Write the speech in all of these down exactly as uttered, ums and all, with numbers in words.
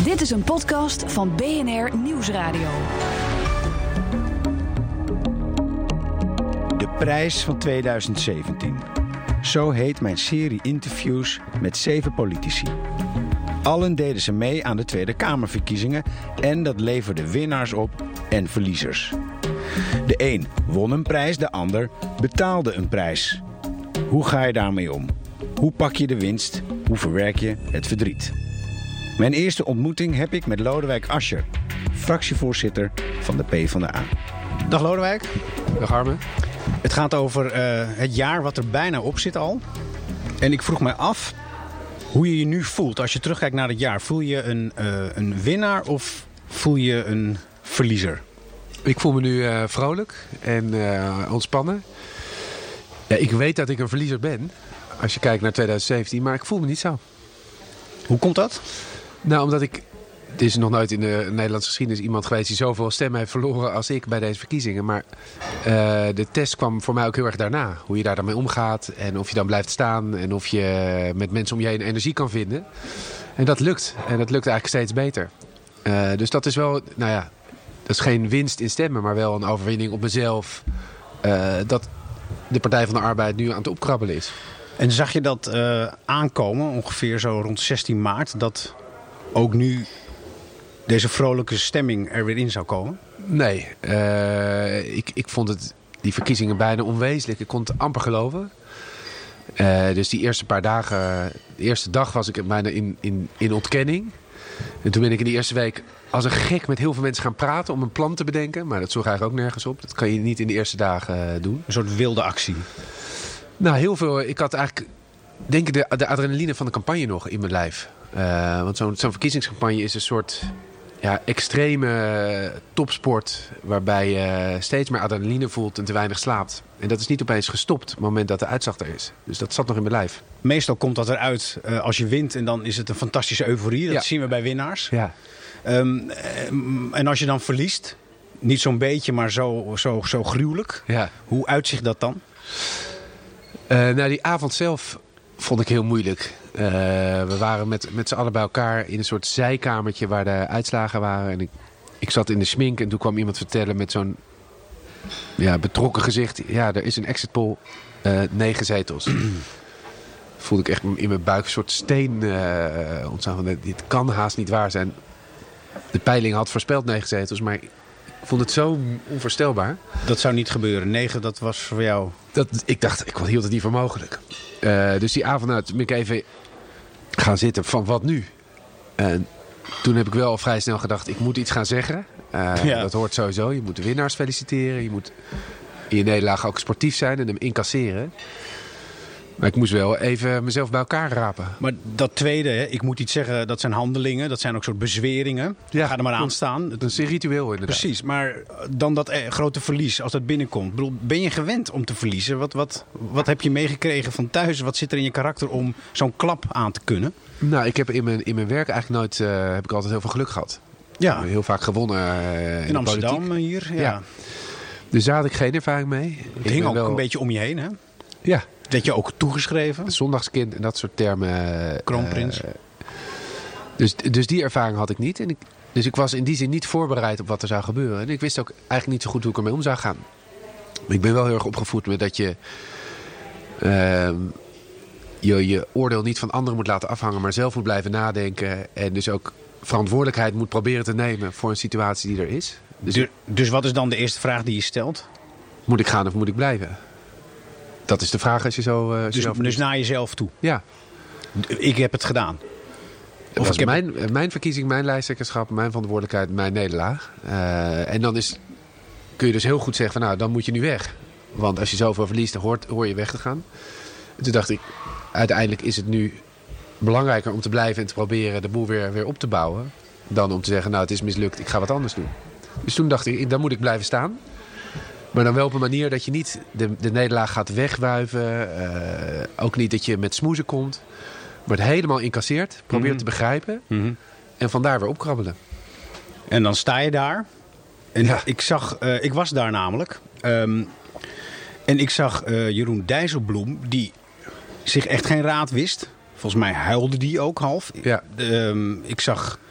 Dit is een podcast van B N R Nieuwsradio. De prijs van tweeduizend zeventien. Zo heet mijn serie interviews met zeven politici. Allen deden ze mee aan de Tweede Kamerverkiezingen en dat leverde winnaars op en verliezers. De een won een prijs, de ander betaalde een prijs. Hoe ga je daarmee om? Hoe pak je de winst? Hoe verwerk je het verdriet? Mijn eerste ontmoeting heb ik met Lodewijk Asscher, fractievoorzitter van de PvdA. Dag Lodewijk. Dag Harmen. Het gaat over uh, het jaar wat er bijna op zit al. En ik vroeg mij af hoe je je nu voelt als je terugkijkt naar het jaar. Voel je een, uh, een winnaar of voel je een verliezer? Ik voel me nu uh, vrolijk en uh, ontspannen. Ja, ik weet dat ik een verliezer ben als je kijkt naar tweeduizend zeventien, maar ik voel me niet zo. Hoe komt dat? Nou, omdat ik... Er is nog nooit in de Nederlandse geschiedenis iemand geweest die zoveel stemmen heeft verloren als ik bij deze verkiezingen. Maar uh, de test kwam voor mij ook heel erg daarna. Hoe je daar dan mee omgaat en of je dan blijft staan en of je met mensen om je heen energie kan vinden. En dat lukt. En dat lukt eigenlijk steeds beter. Uh, dus dat is wel, nou ja, dat is geen winst in stemmen, maar wel een overwinning op mezelf. Uh, dat de Partij van de Arbeid nu aan het opkrabbelen is. En zag je dat uh, aankomen, ongeveer zo rond zestien maart, dat ook nu deze vrolijke stemming er weer in zou komen? Nee, uh, ik, ik vond het, die verkiezingen bijna onwezenlijk. Ik kon het amper geloven. Uh, dus die eerste paar dagen, de eerste dag was ik bijna in, in, in ontkenning. En toen ben ik in die eerste week als een gek met heel veel mensen gaan praten om een plan te bedenken. Maar dat sloeg eigenlijk ook nergens op. Dat kan je niet in de eerste dagen doen. Een soort wilde actie. Nou, heel veel. Ik had eigenlijk, denk ik, de, de adrenaline van de campagne nog in mijn lijf. Uh, want zo'n, zo'n verkiezingscampagne is een soort ja, extreme topsport waarbij je steeds meer adrenaline voelt en te weinig slaapt. En dat is niet opeens gestopt op het moment dat de uitslag er is. Dus dat zat nog in mijn lijf. Meestal komt dat eruit uh, als je wint en dan is het een fantastische euforie. Dat ja. zien we bij winnaars. Ja. Um, en als je dan verliest, niet zo'n beetje, maar zo, zo, zo gruwelijk. Ja. Hoe uitzicht dat dan? Uh, nou, die avond zelf vond ik heel moeilijk. Uh, we waren met, met z'n allen bij elkaar in een soort zijkamertje waar de uitslagen waren. En ik, ik zat in de smink en toen kwam iemand vertellen met zo'n ja, betrokken gezicht. Ja, er is een exit poll, uh, negen zetels. Voelde ik echt in mijn buik een soort steen uh, ontstaan. Van, dit kan haast niet waar zijn. De peiling had voorspeld negen zetels, maar ik vond het zo onvoorstelbaar. Dat zou niet gebeuren. Negen, dat was voor jou... Dat, ik dacht, ik hield het niet voor mogelijk. Uh, dus die avond nou, toen ben ik even gaan zitten van wat nu? En toen heb ik wel vrij snel gedacht, ik moet iets gaan zeggen. Uh, ja. Dat hoort sowieso. Je moet de winnaars feliciteren. Je moet in je nederlaag ook sportief zijn en hem incasseren. Maar ik moest wel even mezelf bij elkaar rapen. Maar dat tweede, hè, ik moet iets zeggen, dat zijn handelingen. Dat zijn ook soort bezweringen. Ja, ga er maar aan staan. Dat is een ritueel inderdaad. Precies, maar dan dat eh, grote verlies, als dat binnenkomt. Ik bedoel, ben je gewend om te verliezen? Wat, wat, wat heb je meegekregen van thuis? Wat zit er in je karakter om zo'n klap aan te kunnen? Nou, ik heb in mijn, in mijn werk eigenlijk nooit, uh, heb ik altijd heel veel geluk gehad. Ja. Heel vaak gewonnen uh, in, in Amsterdam politiek. hier. Ja. Ja. Dus daar had ik geen ervaring mee. Het hing ook wel een beetje om je heen, hè? Ja. Dat je ook toegeschreven? Zondagskind en dat soort termen. Kroonprins. Uh, dus, dus die ervaring had ik niet. En ik, dus ik was in die zin niet voorbereid op wat er zou gebeuren. En ik wist ook eigenlijk niet zo goed hoe ik ermee om zou gaan. Maar ik ben wel heel erg opgevoed met dat je, uh, je je oordeel niet van anderen moet laten afhangen, maar zelf moet blijven nadenken. En dus ook verantwoordelijkheid moet proberen te nemen voor een situatie die er is. Dus, dus, dus wat is dan de eerste vraag die je stelt? Moet ik gaan of moet ik blijven? Dat is de vraag als je zo... Uh, dus, zo dus naar jezelf toe? Ja. Ik heb het gedaan. Of was ik mijn, heb... mijn verkiezing, mijn lijsttrekkerschap, mijn verantwoordelijkheid, mijn nederlaag. Uh, en dan is, kun je dus heel goed zeggen van nou, dan moet je nu weg. Want als je zoveel verliest, dan hoort, hoor je weg te gaan. En toen dacht ik, uiteindelijk is het nu belangrijker om te blijven en te proberen de boel weer, weer op te bouwen. Dan om te zeggen, nou het is mislukt, ik ga wat anders doen. Dus toen dacht ik, dan moet ik blijven staan. Maar dan wel op een manier dat je niet de, de nederlaag gaat wegwuiven. Uh, ook niet dat je met smoezen komt. Maar het helemaal incasseert. Probeert mm-hmm. te begrijpen. Mm-hmm. En vandaar weer opkrabbelen. En dan sta je daar. En ja. ik zag, uh, ik was daar namelijk. Um, en ik zag uh, Jeroen Dijsselbloem, die zich echt geen raad wist. Volgens mij huilde die ook half. Ja. Um, ik zag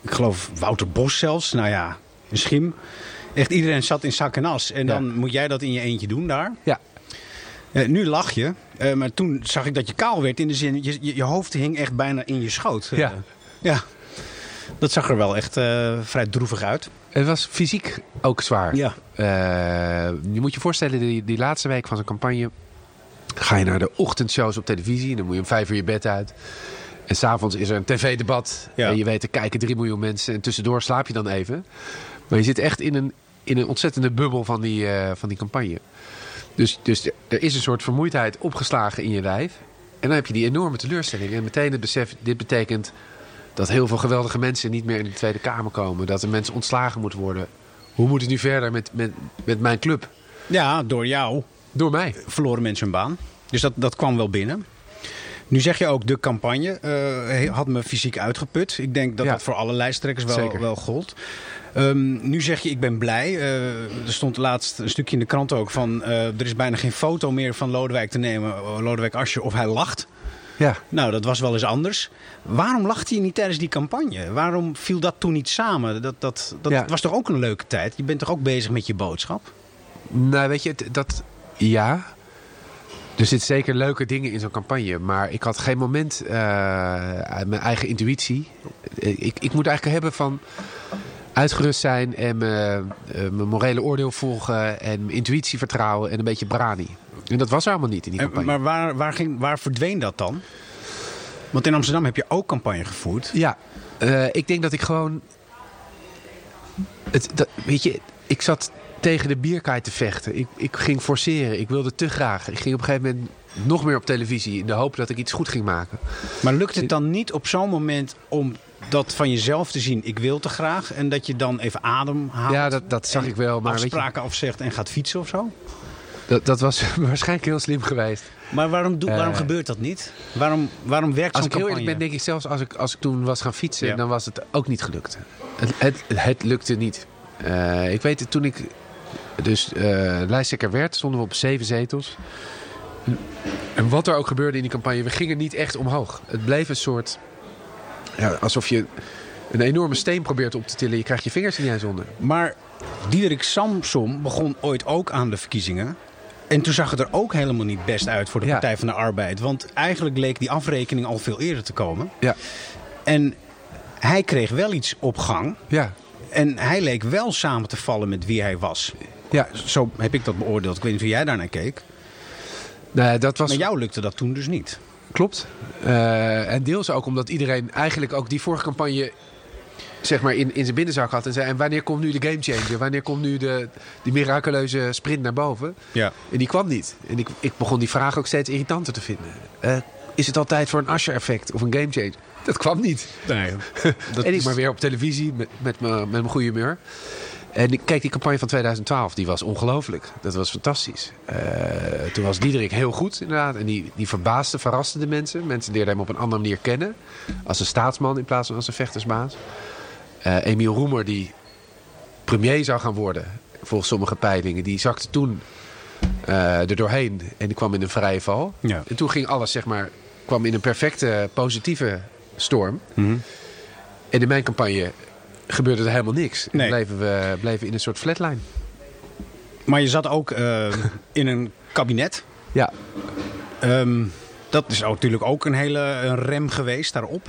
ik geloof Wouter Bos zelfs. Nou ja, een schim. Echt iedereen zat in zak en as. En dan ja. moet jij dat in je eentje doen daar. Ja. Uh, nu lach je. Uh, maar toen zag ik dat je kaal werd. In de zin, je, je, je hoofd hing echt bijna in je schoot. Uh, ja. ja. Dat zag er wel echt uh, vrij droevig uit. Het was fysiek ook zwaar. Ja. Uh, je moet je voorstellen, die, die laatste week van zo'n campagne ga je naar de ochtendshows op televisie. En dan moet je om vijf uur je bed uit. En s'avonds is er een tv-debat. Ja. En je weet, er kijken drie miljoen mensen. En tussendoor slaap je dan even. Maar je zit echt in een, in een ontzettende bubbel van die, uh, van die campagne. Dus, dus er is een soort vermoeidheid opgeslagen in je lijf. En dan heb je die enorme teleurstelling. En meteen het besef, dit betekent dat heel veel geweldige mensen niet meer in de Tweede Kamer komen. Dat er mensen ontslagen moeten worden. Hoe moet het nu verder met, met, met mijn club? Ja, door jou. Door mij. Verloren mensen hun baan. Dus dat, dat kwam wel binnen. Nu zeg je ook, de campagne uh, had me fysiek uitgeput. Ik denk dat ja. dat voor alle lijsttrekkers wel, wel gold. Um, nu zeg je, ik ben blij. Uh, er stond laatst een stukje in de krant ook van... Uh, er is bijna geen foto meer van Lodewijk te nemen. Lodewijk Asscher, of hij lacht. Ja. Nou, dat was wel eens anders. Waarom lachte je niet tijdens die campagne? Waarom viel dat toen niet samen? Dat, dat, dat ja. was toch ook een leuke tijd? Je bent toch ook bezig met je boodschap? Nou, weet je, dat... Ja... Er zitten zeker leuke dingen in zo'n campagne. Maar ik had geen moment uh, mijn eigen intuïtie. Ik, ik moet eigenlijk hebben van uitgerust zijn en mijn, uh, mijn morele oordeel volgen en mijn intuïtie vertrouwen en een beetje brani. En dat was er allemaal niet in die campagne. Maar waar, waar, ging, waar verdween dat dan? Want in Amsterdam heb je ook campagne gevoerd. Ja, uh, ik denk dat ik gewoon... Het, dat, weet je, ik zat tegen de bierkaai te vechten. Ik, ik ging forceren. Ik wilde te graag. Ik ging op een gegeven moment nog meer op televisie in de hoop dat ik iets goed ging maken. Maar lukt het dan niet op zo'n moment om dat van jezelf te zien? Ik wil te graag. En dat je dan even adem haalt. Ja, dat, dat zag ik wel. Maar afspraken weet je, afzegt en gaat fietsen of zo? Dat, dat was waarschijnlijk heel slim geweest. Maar waarom, doe, waarom uh, gebeurt dat niet? Waarom, waarom werkt zo'n campagne? Als ik heel eerlijk ben, denk ik zelfs als ik, als ik toen was gaan fietsen, ja. dan was het ook niet gelukt. Het, het, het lukte niet. Uh, ik weet het, toen ik dus uh, lijsttrekker werd, stonden we op zeven zetels. En wat er ook gebeurde in die campagne, we gingen niet echt omhoog. Het bleef een soort, ja, alsof je een enorme steen probeert op te tillen. Je krijgt je vingers er niet eens onder. Maar Diederik Samsom begon ooit ook aan de verkiezingen. En toen zag het er ook helemaal niet best uit voor de ja. Partij van de Arbeid. Want eigenlijk leek die afrekening al veel eerder te komen. Ja. En hij kreeg wel iets op gang. Ja. En hij leek wel samen te vallen met wie hij was. Ja. Zo heb ik dat beoordeeld. Ik weet niet hoe jij daarnaar keek. Nee, dat was... Maar jou lukte dat toen dus niet. Klopt. Uh, en deels ook omdat iedereen eigenlijk ook die vorige campagne zeg maar in, in zijn binnenzak had. En zei, en wanneer komt nu de gamechanger? Wanneer komt nu de, die miraculeuze sprint naar boven? Ja. En die kwam niet. En ik, ik begon die vraag ook steeds irritanter te vinden. Uh, is het altijd voor een Asscher-effect of een gamechanger? Dat kwam niet. Nee, dat en ik is... maar weer op televisie met, met, me, met mijn goede humeur. En ik keek die campagne van tweeduizend twaalf, die was ongelooflijk. Dat was fantastisch. Uh, toen was Diederik heel goed inderdaad. En die, die verbaasde, verraste de mensen. Mensen leerden hem op een andere manier kennen. Als een staatsman in plaats van als een vechtersbaas. Uh, Emiel Roemer, die premier zou gaan worden, volgens sommige peilingen, die zakte toen uh, er doorheen. En die kwam in een vrije val. Ja. En toen ging alles, zeg maar, kwam in een perfecte, positieve storm. Mm-hmm. En in mijn campagne gebeurde er helemaal niks. Nee. Bleven we bleven in een soort flatline. Maar je zat ook uh, in een kabinet. Ja. Um, dat is ook, natuurlijk ook een hele een rem geweest daarop.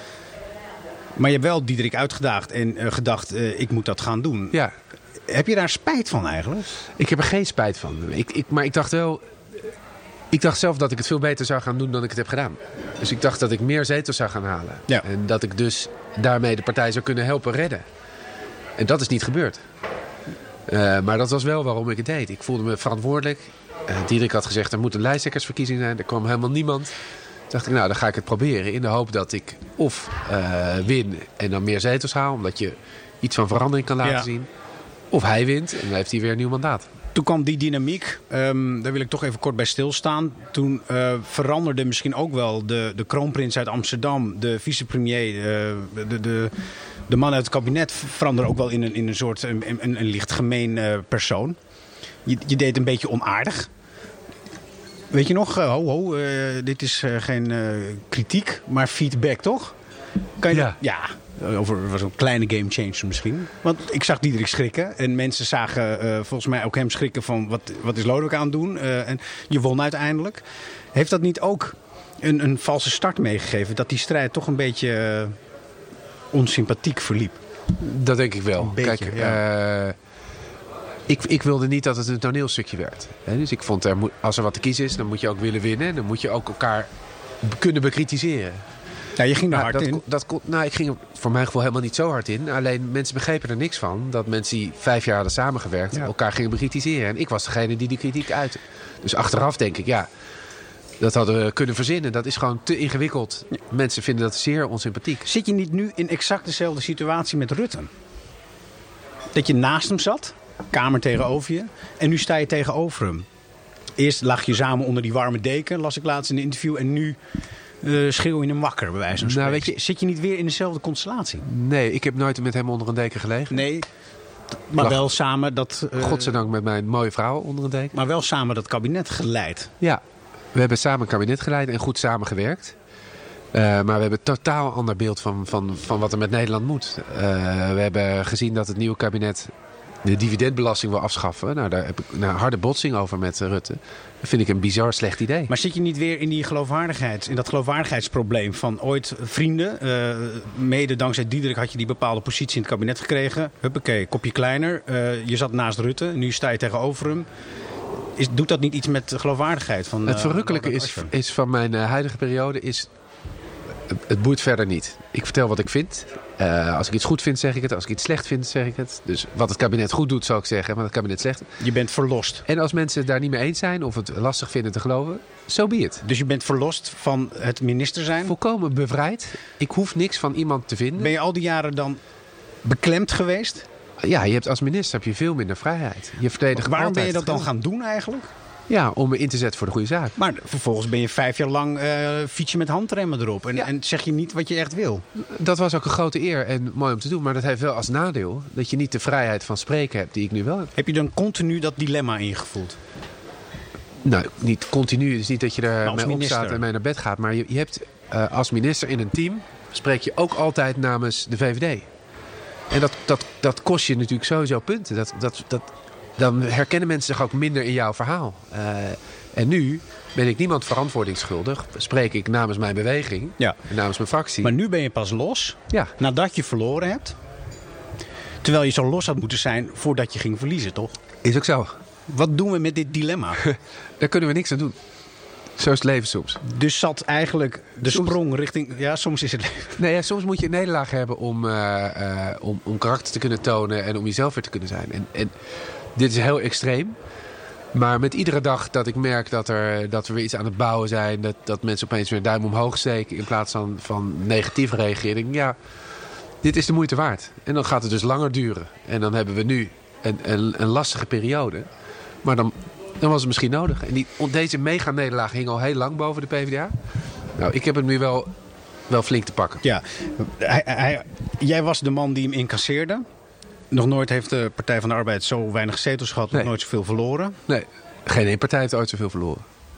Maar je hebt wel Diederik uitgedaagd en uh, gedacht, uh, ik moet dat gaan doen. Ja. Heb je daar spijt van eigenlijk? Ik heb er geen spijt van. Ik, ik, maar ik dacht wel... Ik dacht zelf dat ik het veel beter zou gaan doen dan ik het heb gedaan. Dus ik dacht dat ik meer zetels zou gaan halen. Ja. En dat ik dus daarmee de partij zou kunnen helpen redden. En dat is niet gebeurd. Uh, maar dat was wel waarom ik het deed. Ik voelde me verantwoordelijk. Uh, Diederik had gezegd, er moet een lijsttrekkersverkiezing zijn. Er kwam helemaal niemand. Toen dacht ik, nou, dan ga ik het proberen. In de hoop dat ik of uh, win en dan meer zetels haal. Omdat je iets van verandering kan laten ja. zien. Of hij wint en dan heeft hij weer een nieuw mandaat. Toen kwam die dynamiek, um, daar wil ik toch even kort bij stilstaan. Toen uh, veranderde misschien ook wel de, de kroonprins uit Amsterdam, de vicepremier, uh, de, de, de man uit het kabinet veranderde ook wel in een, in een soort een, een, een licht gemeen uh, persoon. Je, je deed een beetje onaardig. Weet je nog, uh, ho ho, uh, dit is uh, geen uh, kritiek, maar feedback toch? Kan je ja. Dat, ja. Over was een kleine game changer misschien. Want ik zag Diederik schrikken. En mensen zagen uh, volgens mij ook hem schrikken van wat, wat is Lodewijk aan het doen. Uh, en je won uiteindelijk. Heeft dat niet ook een, een valse start meegegeven? Dat die strijd toch een beetje uh, onsympathiek verliep? Dat denk ik wel. Beetje, Kijk, ja. uh, ik, ik wilde niet dat het een toneelstukje werd. Hè? Dus ik vond, er moet, als er wat te kiezen is, dan moet je ook willen winnen. Dan moet je ook elkaar kunnen bekritiseren. Ja, je ging er nou, hard dat, in. Dat, nou, ik ging er voor mijn gevoel helemaal niet zo hard in. Alleen mensen begrepen er niks van. Dat mensen die vijf jaar hadden samengewerkt, ja. elkaar gingen bekritiseren. En ik was degene die die kritiek uitte. Dus achteraf denk ik, ja, dat hadden we kunnen verzinnen. Dat is gewoon te ingewikkeld. Ja. Mensen vinden dat zeer onsympathiek. Zit je niet nu in exact dezelfde situatie met Rutte? Dat je naast hem zat, kamer tegenover je. En nu sta je tegenover hem. Eerst lag je samen onder die warme deken, las ik laatst in een interview. En nu uh, schreeuw je hem wakker, bij wijze van spreken. Nou, weet je, zit je niet weer in dezelfde constellatie? Nee, ik heb nooit met hem onder een deken gelegen. Nee, maar wel samen dat... Uh, Godzijdank met mijn mooie vrouw onder een deken. Maar wel samen dat kabinet geleid. Ja, we hebben samen een kabinet geleid en goed samengewerkt. Uh, maar we hebben een totaal ander beeld van, van, van wat er met Nederland moet. Uh, we hebben gezien dat het nieuwe kabinet de dividendbelasting wil afschaffen. Nou, daar heb ik een harde botsing over met uh, Rutte. Dat vind ik een bizar slecht idee. Maar zit je niet weer in die geloofwaardigheid, in dat geloofwaardigheidsprobleem van ooit vrienden? Uh, mede dankzij Diederik had je die bepaalde positie in het kabinet gekregen. Huppakee, kopje kleiner. Uh, je zat naast Rutte, nu sta je tegenover hem. Is, doet dat niet iets met de geloofwaardigheid? Van, het verrukkelijke uh, is, is van mijn uh, huidige periode is... Het boeit verder niet. Ik vertel wat ik vind. Uh, als ik iets goed vind, zeg ik het. Als ik iets slecht vind, zeg ik het. Dus wat het kabinet goed doet, zou ik zeggen. Maar het kabinet slecht. Je bent verlost. En als mensen het daar niet mee eens zijn of het lastig vinden te geloven, so be it. Dus je bent verlost van het minister zijn? Volkomen bevrijd. Ik hoef niks van iemand te vinden. Ben je al die jaren dan beklemd geweest? Ja, je hebt als minister heb je veel minder vrijheid. Je verdedigt Waarom ben je dat dan gaan doen eigenlijk? Ja, om me in te zetten voor de goede zaak. Maar vervolgens ben je vijf jaar lang uh, fiets je met handremmen erop. En, ja. en zeg je niet wat je echt wil. Dat was ook een grote eer en mooi om te doen. Maar dat heeft wel als nadeel dat je niet de vrijheid van spreken hebt die ik nu wel heb. Heb je dan continu dat dilemma in je gevoeld? Nou, niet continu. Het is niet dat je er nou, mee opstaat en mee naar bed gaat. Maar je, je hebt uh, als minister in een team spreek je ook altijd namens de V V D. En dat, dat, dat kost je natuurlijk sowieso punten. Dat... dat, dat Dan herkennen mensen zich ook minder in jouw verhaal. Uh, en nu ben ik niemand verantwoording schuldig. Spreek ik namens mijn beweging. Ja. En namens mijn fractie. Maar nu ben je pas los. Ja. Nadat je verloren hebt. Terwijl je zo los had moeten zijn voordat je ging verliezen, toch? Is ook zo. Wat doen we met dit dilemma? Daar kunnen we niks aan doen. Zo is het leven soms. Dus zat eigenlijk de soms, sprong richting... Ja, soms is het leven. Nee, ja, soms moet je een nederlaag hebben om, uh, uh, om, om karakter te kunnen tonen. En om jezelf weer te kunnen zijn. En... en dit is heel extreem. Maar met iedere dag dat ik merk dat, er, dat we weer iets aan het bouwen zijn. Dat, dat mensen opeens weer een duim omhoog steken. In plaats van, van negatief reageren. Denk ik, ja, dit is de moeite waard. En dan gaat het dus langer duren. En dan hebben we nu een, een, een lastige periode. Maar dan, dan was het misschien nodig. En die, deze mega nederlaag hing al heel lang boven de P v d A. Nou, ik heb hem nu wel, wel flink te pakken. Ja, hij, hij, jij was de man die hem incasseerde. Nog nooit heeft de Partij van de Arbeid zo weinig zetels gehad. Nog nee. nooit zoveel verloren. Nee, geen één partij heeft ooit zoveel verloren.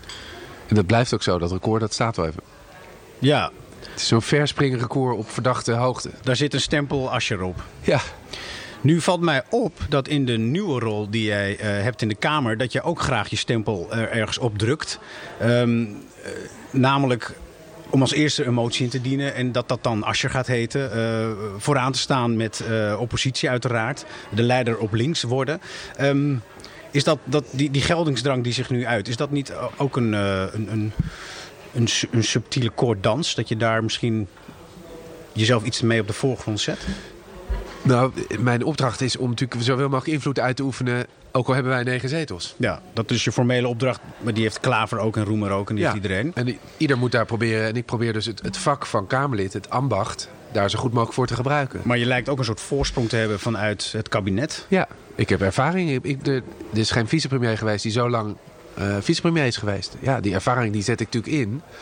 En dat blijft ook zo. Dat record, dat staat wel even. Ja. Het is zo'n verspringrecord op verdachte hoogte. Daar zit een stempel Asscher op. Ja. Nu valt mij op dat in de nieuwe rol die jij uh, hebt in de Kamer... dat je ook graag je stempel er ergens op drukt. Um, uh, namelijk... om als eerste een motie in te dienen en dat dat dan Asscher gaat heten. Uh, vooraan te staan met uh, oppositie uiteraard. De leider op links worden. Um, is dat, dat die, die geldingsdrang die zich nu uit, is dat niet ook een, uh, een, een, een, een subtiele koorddans? Dat je daar misschien jezelf iets mee op de voorgrond zet? Nou, mijn opdracht is om natuurlijk zoveel mogelijk invloed uit te oefenen. Ook al hebben wij negen zetels. Ja, dat is je formele opdracht. Maar die heeft Klaver ook en Roemer ook en die ja, heeft iedereen. En ieder moet daar proberen. En ik probeer dus het, het vak van Kamerlid, het ambacht, daar zo goed mogelijk voor te gebruiken. Maar je lijkt ook een soort voorsprong te hebben vanuit het kabinet. Ja, ik heb ervaring. Ik, ik, er, er is geen vicepremier geweest die zo lang uh, vicepremier is geweest. Ja, die ervaring die zet ik natuurlijk in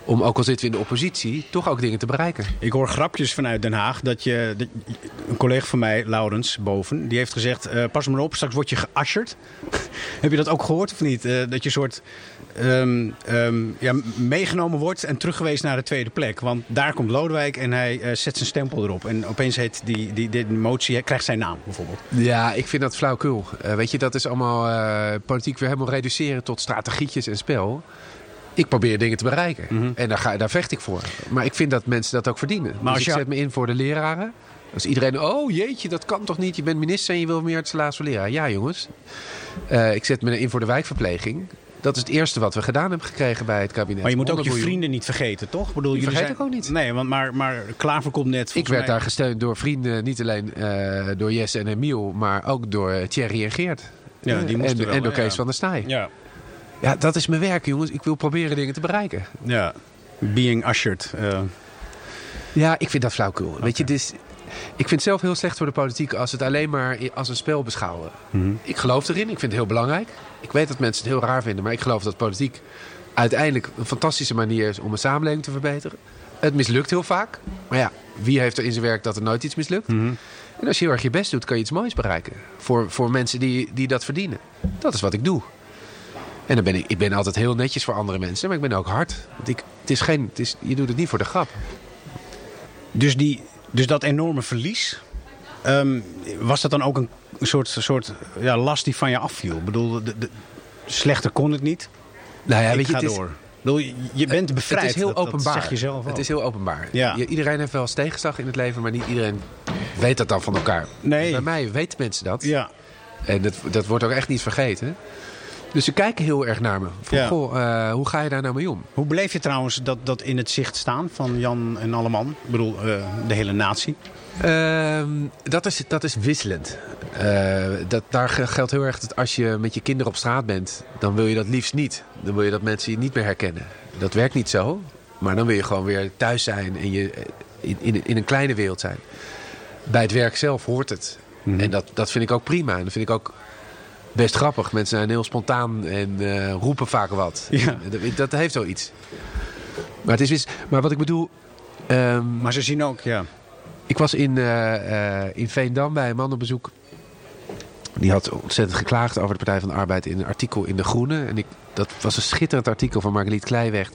om, ook al zitten we in de oppositie, toch ook dingen te bereiken. Ik hoor grapjes vanuit Den Haag. Dat je, dat, een collega van mij, Laurens, boven, die heeft gezegd... Uh, pas maar op, straks word je geasserd. Heb je dat ook gehoord of niet? Uh, dat je soort um, um, ja, meegenomen wordt en teruggewezen naar de tweede plek. Want daar komt Lodewijk en hij uh, zet zijn stempel erop. En opeens heet die, die, die motie, krijgt zijn naam bijvoorbeeld. Ja, ik vind dat flauwkul. Uh, weet je, dat is allemaal uh, politiek weer helemaal reduceren tot strategietjes en spel. Ik probeer dingen te bereiken. Mm-hmm. En daar, ga, daar vecht ik voor. Maar ik vind dat mensen dat ook verdienen. Maar dus ik zet me in voor de leraren. Als iedereen, oh jeetje, dat kan toch niet? Je bent minister en je wil meer het salaris voor leraar. Ja jongens. Uh, ik zet me in voor de wijkverpleging. Dat is het eerste wat we gedaan hebben gekregen bij het kabinet. Maar je moet ook je vrienden niet vergeten, toch? Ik bedoel, die vergeet zijn... ik ook niet. Nee, want maar, maar Klaver komt net... Ik werd mij... daar gesteund door vrienden. Niet alleen uh, door Jesse en Emiel. Maar ook door Thierry en Geert. Ja, die moesten en, wel, en door hè, Kees ja. van der Staaij. Ja. Ja, dat is mijn werk, jongens. Ik wil proberen dingen te bereiken. Ja, being ushered. Uh... Ja, ik vind dat flauwkul. Okay. Weet je, dus, ik vind het zelf heel slecht voor de politiek als het alleen maar als een spel beschouwen. Mm-hmm. Ik geloof erin. Ik vind het heel belangrijk. Ik weet dat mensen het heel raar vinden. Maar ik geloof dat politiek uiteindelijk een fantastische manier is om een samenleving te verbeteren. Het mislukt heel vaak. Maar ja, wie heeft er in zijn werk dat er nooit iets mislukt? Mm-hmm. En als je heel erg je best doet, kan je iets moois bereiken. Voor, voor mensen die, die dat verdienen. Dat is wat ik doe. En dan ben ik, ik ben altijd heel netjes voor andere mensen. Maar ik ben ook hard. Want ik, het is geen, het is, je doet het niet voor de grap. Dus, die, dus dat enorme verlies... Um, was dat dan ook een soort, soort ja, last die van je afviel? Ik bedoel, de, de, slechter kon het niet. Nou ja, ik weet je, ga het is, door. Bedoel, je bent bevrijd. Het is heel dat, openbaar. Dat zeg je zelf het ook. is heel openbaar. Ja. Je, iedereen heeft wel eens tegenslag in het leven. Maar niet iedereen weet dat dan van elkaar. Nee. Bij mij weten mensen dat. Ja. En dat, dat wordt ook echt niet vergeten. Dus ze kijken heel erg naar me. Van, ja. Goh, uh, hoe ga je daar nou mee om? Hoe beleef je trouwens dat, dat in het zicht staan van Jan en Alleman? Ik bedoel, uh, de hele natie. Uh, dat, is, dat is wisselend. Uh, dat, daar geldt heel erg dat als je met je kinderen op straat bent... dan wil je dat liefst niet. Dan wil je dat mensen je niet meer herkennen. Dat werkt niet zo. Maar dan wil je gewoon weer thuis zijn en je in, in, in een kleine wereld zijn. Bij het werk zelf hoort het. Mm-hmm. En dat, dat vind ik ook prima. En dat vind ik ook... best grappig. Mensen zijn heel spontaan en uh, roepen vaak wat. Ja. Dat, dat heeft wel iets. Maar, het is, maar wat ik bedoel... Um, maar ze zien ook, ja. Ik was in, uh, uh, in Veendam bij een man op bezoek. Die had ontzettend geklaagd over de Partij van de Arbeid in een artikel in De Groene. En ik, dat was een schitterend artikel van Margriet Kleiweg.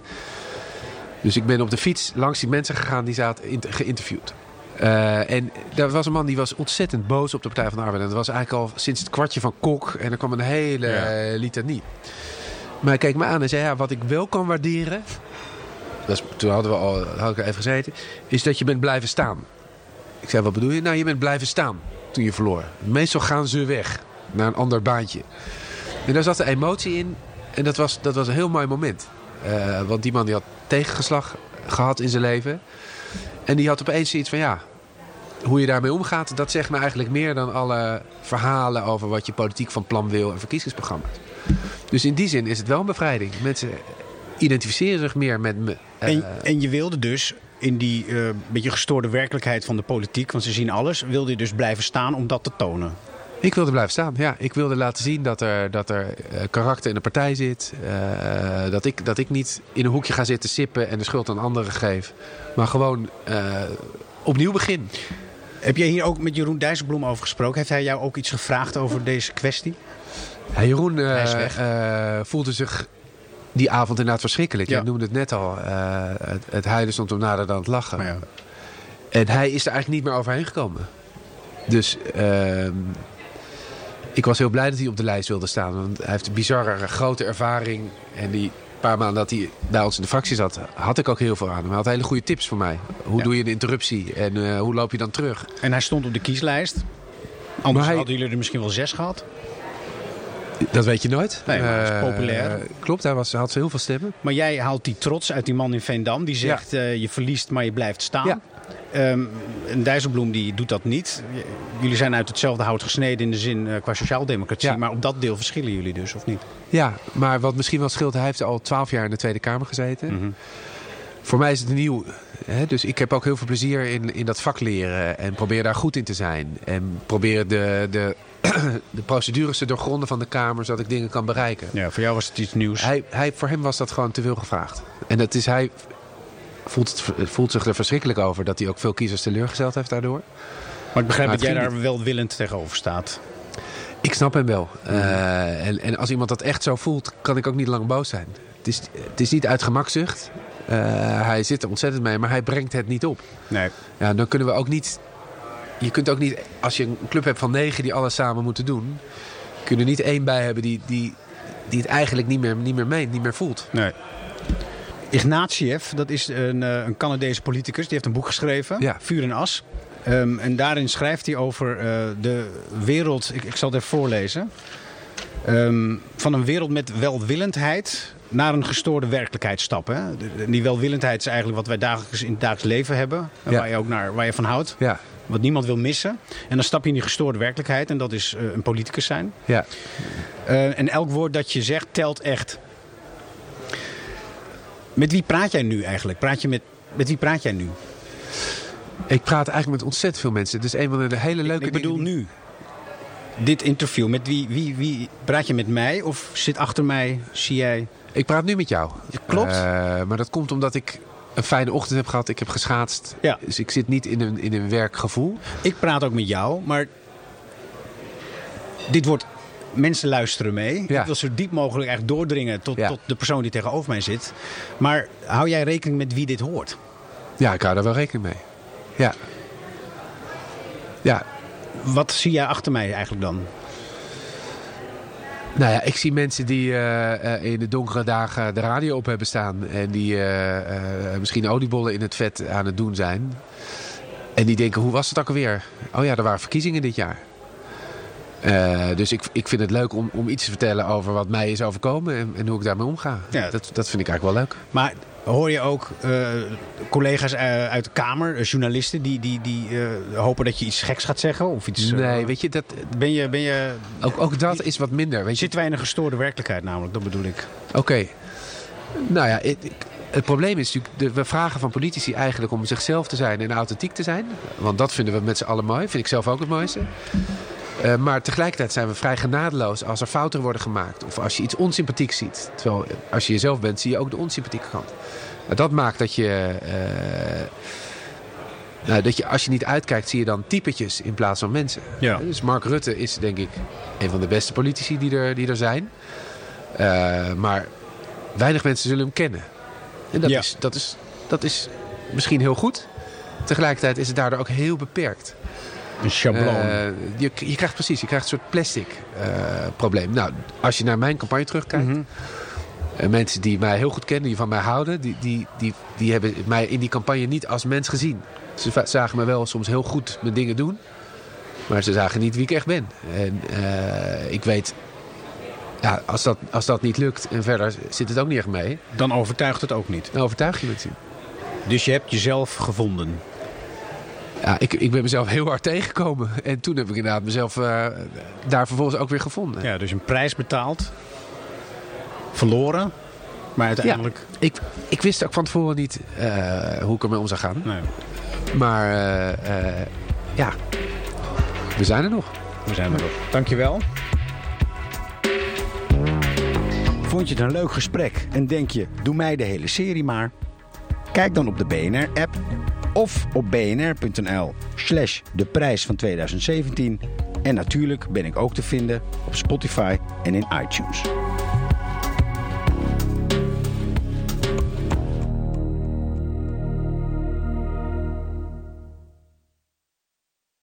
Dus ik ben op de fiets langs die mensen gegaan die ze had geïnterviewd. Uh, en er was een man die was ontzettend boos op de Partij van de Arbeid. En dat was eigenlijk al sinds het kwartje van Kok. En er kwam een hele ja. uh, litanie. Maar hij keek me aan en zei, ja, wat ik wel kan waarderen... Dat was, toen hadden we al, had ik er even gezeten... is dat je bent blijven staan. Ik zei, wat bedoel je? Nou, je bent blijven staan toen je verloor. Meestal gaan ze weg naar een ander baantje. En daar zat de emotie in. En dat was, dat was een heel mooi moment. Uh, want die man die had tegengeslag gehad in zijn leven... En die had opeens iets van, ja, hoe je daarmee omgaat... dat zegt me eigenlijk meer dan alle verhalen over wat je politiek van plan wil... en verkiezingsprogramma's. Dus in die zin is het wel een bevrijding. Mensen identificeren zich meer met me. Uh, en, en je wilde dus in die uh, beetje gestoorde werkelijkheid van de politiek... want ze zien alles, wilde je dus blijven staan om dat te tonen? Ik wilde blijven staan, ja. Ik wilde laten zien dat er, dat er uh, karakter in de partij zit. Uh, dat, ik, dat ik niet in een hoekje ga zitten sippen en de schuld aan anderen geef. Maar gewoon uh, opnieuw begin. Heb jij hier ook met Jeroen Dijsselbloem over gesproken? Heeft hij jou ook iets gevraagd over deze kwestie? Ja, Jeroen uh, uh, voelde zich die avond inderdaad verschrikkelijk. Ja. Je noemde het net al. Uh, het, het huilen stond hem nader dan het lachen. Ja. En hij is er eigenlijk niet meer overheen gekomen. Dus... Uh, Ik was heel blij dat hij op de lijst wilde staan. Want hij heeft een bizarre grote ervaring. En die paar maanden dat hij bij ons in de fractie zat... had ik ook heel veel aan hem. Hij had hele goede tips voor mij. Hoe ja. doe je een interruptie? En uh, hoe loop je dan terug? En hij stond op de kieslijst. Anders hij... hadden jullie er misschien wel zes gehad. Dat weet je nooit. Nee, maar hij is populair. Uh, klopt, hij was, had heel veel stemmen. Maar jij haalt die trots uit die man in Veendam. Die zegt, ja. uh, je verliest, maar je blijft staan. Ja. Um, en Dijsselbloem die doet dat niet. Jullie zijn uit hetzelfde hout gesneden in de zin uh, qua sociaaldemocratie. Ja. Maar op dat deel verschillen jullie dus, of niet? Ja, maar wat misschien wel scheelt... hij heeft al twaalf jaar in de Tweede Kamer gezeten. Mm-hmm. Voor mij is het nieuw. Hè? Dus ik heb ook heel veel plezier in, in dat vak leren. En probeer daar goed in te zijn. En probeer de, de, de procedures te doorgronden van de Kamer... zodat ik dingen kan bereiken. Ja, voor jou was het iets nieuws. Hij, hij, voor hem was dat gewoon te veel gevraagd. En dat is hij... voelt, het, voelt zich er verschrikkelijk over dat hij ook veel kiezers teleurgesteld heeft daardoor. Maar ik begrijp maar dat jij daar niet... welwillend tegenover staat. Ik snap hem wel. Mm. Uh, en, en als iemand dat echt zo voelt, kan ik ook niet lang boos zijn. Het is, het is niet uit gemakzucht. Uh, hij zit er ontzettend mee, maar hij brengt het niet op. Nee. Ja, dan kunnen we ook niet... Je kunt ook niet, als je een club hebt van negen die alles samen moeten doen... kun je er niet één bij hebben die, die, die het eigenlijk niet meer, niet meer meent, niet meer voelt. Nee. Ignatieff, dat is een, een Canadese politicus, die heeft een boek geschreven, ja. Vuur en As. Um, en daarin schrijft hij over uh, de wereld, ik, ik zal het even voorlezen... Um, van een wereld met welwillendheid naar een gestoorde werkelijkheid stappen. Hè? De, de, die welwillendheid is eigenlijk wat wij dagelijks in het dagelijks leven hebben. Ja. Waar je ook naar, waar je van houdt. Ja. Wat niemand wil missen. En dan stap je in die gestoorde werkelijkheid. En dat is uh, een politicus zijn. Ja. Uh, en elk woord dat je zegt telt echt. Met wie praat jij nu eigenlijk? Praat je met, met wie praat jij nu? Ik praat eigenlijk met ontzettend veel mensen. Het is een van de hele leuke ik, ik bedoel dingen... nu. Dit interview, met wie, wie, wie praat je met mij of zit achter mij, zie jij? Ik praat nu met jou. Klopt. Uh, maar dat komt omdat ik een fijne ochtend heb gehad. Ik heb geschaatst. Ja. Dus ik zit niet in een, in een werkgevoel. Ik praat ook met jou, maar dit wordt... Mensen luisteren mee. Ja. Ik wil zo diep mogelijk eigenlijk doordringen tot, ja. tot de persoon die tegenover mij zit. Maar hou jij rekening met wie dit hoort? Ja, ik hou daar wel rekening mee. Ja. Ja. Wat zie jij achter mij eigenlijk dan? Nou ja, ik zie mensen die uh, uh, in de donkere dagen de radio op hebben staan. En die uh, uh, misschien oliebollen in het vet aan het doen zijn. En die denken, hoe was het ook alweer? Oh ja, er waren verkiezingen dit jaar. Uh, dus ik, ik vind het leuk om, om iets te vertellen over wat mij is overkomen. En, en hoe ik daarmee omga. Ja. Dat, dat vind ik eigenlijk wel leuk. Maar hoor je ook uh, collega's uh, uit de Kamer, uh, journalisten, die, die, die uh, hopen dat je iets geks gaat zeggen? Of iets, uh, nee, weet je, dat... Ben je, ben je ook, ook dat is wat minder. Weet je? Zitten wij in een gestoorde werkelijkheid namelijk, dat bedoel ik. Oké. Okay. Nou ja, ik, het probleem is natuurlijk, de, we vragen van politici eigenlijk om zichzelf te zijn en authentiek te zijn. Want dat vinden we met z'n allen mooi. Vind ik zelf ook het mooiste. Uh, maar tegelijkertijd zijn we vrij genadeloos als er fouten worden gemaakt. Of als je iets onsympathiek ziet. Terwijl als je jezelf bent, zie je ook de onsympathieke kant. Nou, dat maakt dat je, uh, nou, dat je... Als je niet uitkijkt, zie je dan typetjes in plaats van mensen. Ja. Dus Mark Rutte is denk ik een van de beste politici die er, die er zijn. Uh, maar weinig mensen zullen hem kennen. En dat, ja. is, dat, is, dat is misschien heel goed. Tegelijkertijd is het daardoor ook heel beperkt. Een schabloon. Uh, je, je krijgt precies, je krijgt een soort plastic uh, probleem. Nou, als je naar mijn campagne terugkijkt. Mm-hmm. Uh, mensen die mij heel goed kennen, die van mij houden. Die, die, die, die hebben mij in die campagne niet als mens gezien. Ze zagen me wel soms heel goed mijn dingen doen. Maar ze zagen niet wie ik echt ben. En uh, ik weet... Ja, als dat, als dat niet lukt en verder zit het ook niet echt mee. Dan overtuigt het ook niet. Dan overtuig je het. Dus je hebt jezelf gevonden. Ja, ik, ik ben mezelf heel hard tegengekomen. En toen heb ik inderdaad mezelf uh, daar vervolgens ook weer gevonden. Ja, dus een prijs betaald. Verloren. Maar uiteindelijk... Ja, ik, ik wist ook van tevoren niet uh, hoe ik ermee om zou gaan. Nee. Maar uh, uh, ja, we zijn er nog. We zijn er nog. Dankjewel. Vond je het een leuk gesprek en denk je, doe mij de hele serie maar? Kijk dan op de B N R-app of op bnr.nl slash de prijs van twintig zeventien. En natuurlijk ben ik ook te vinden op Spotify en in iTunes.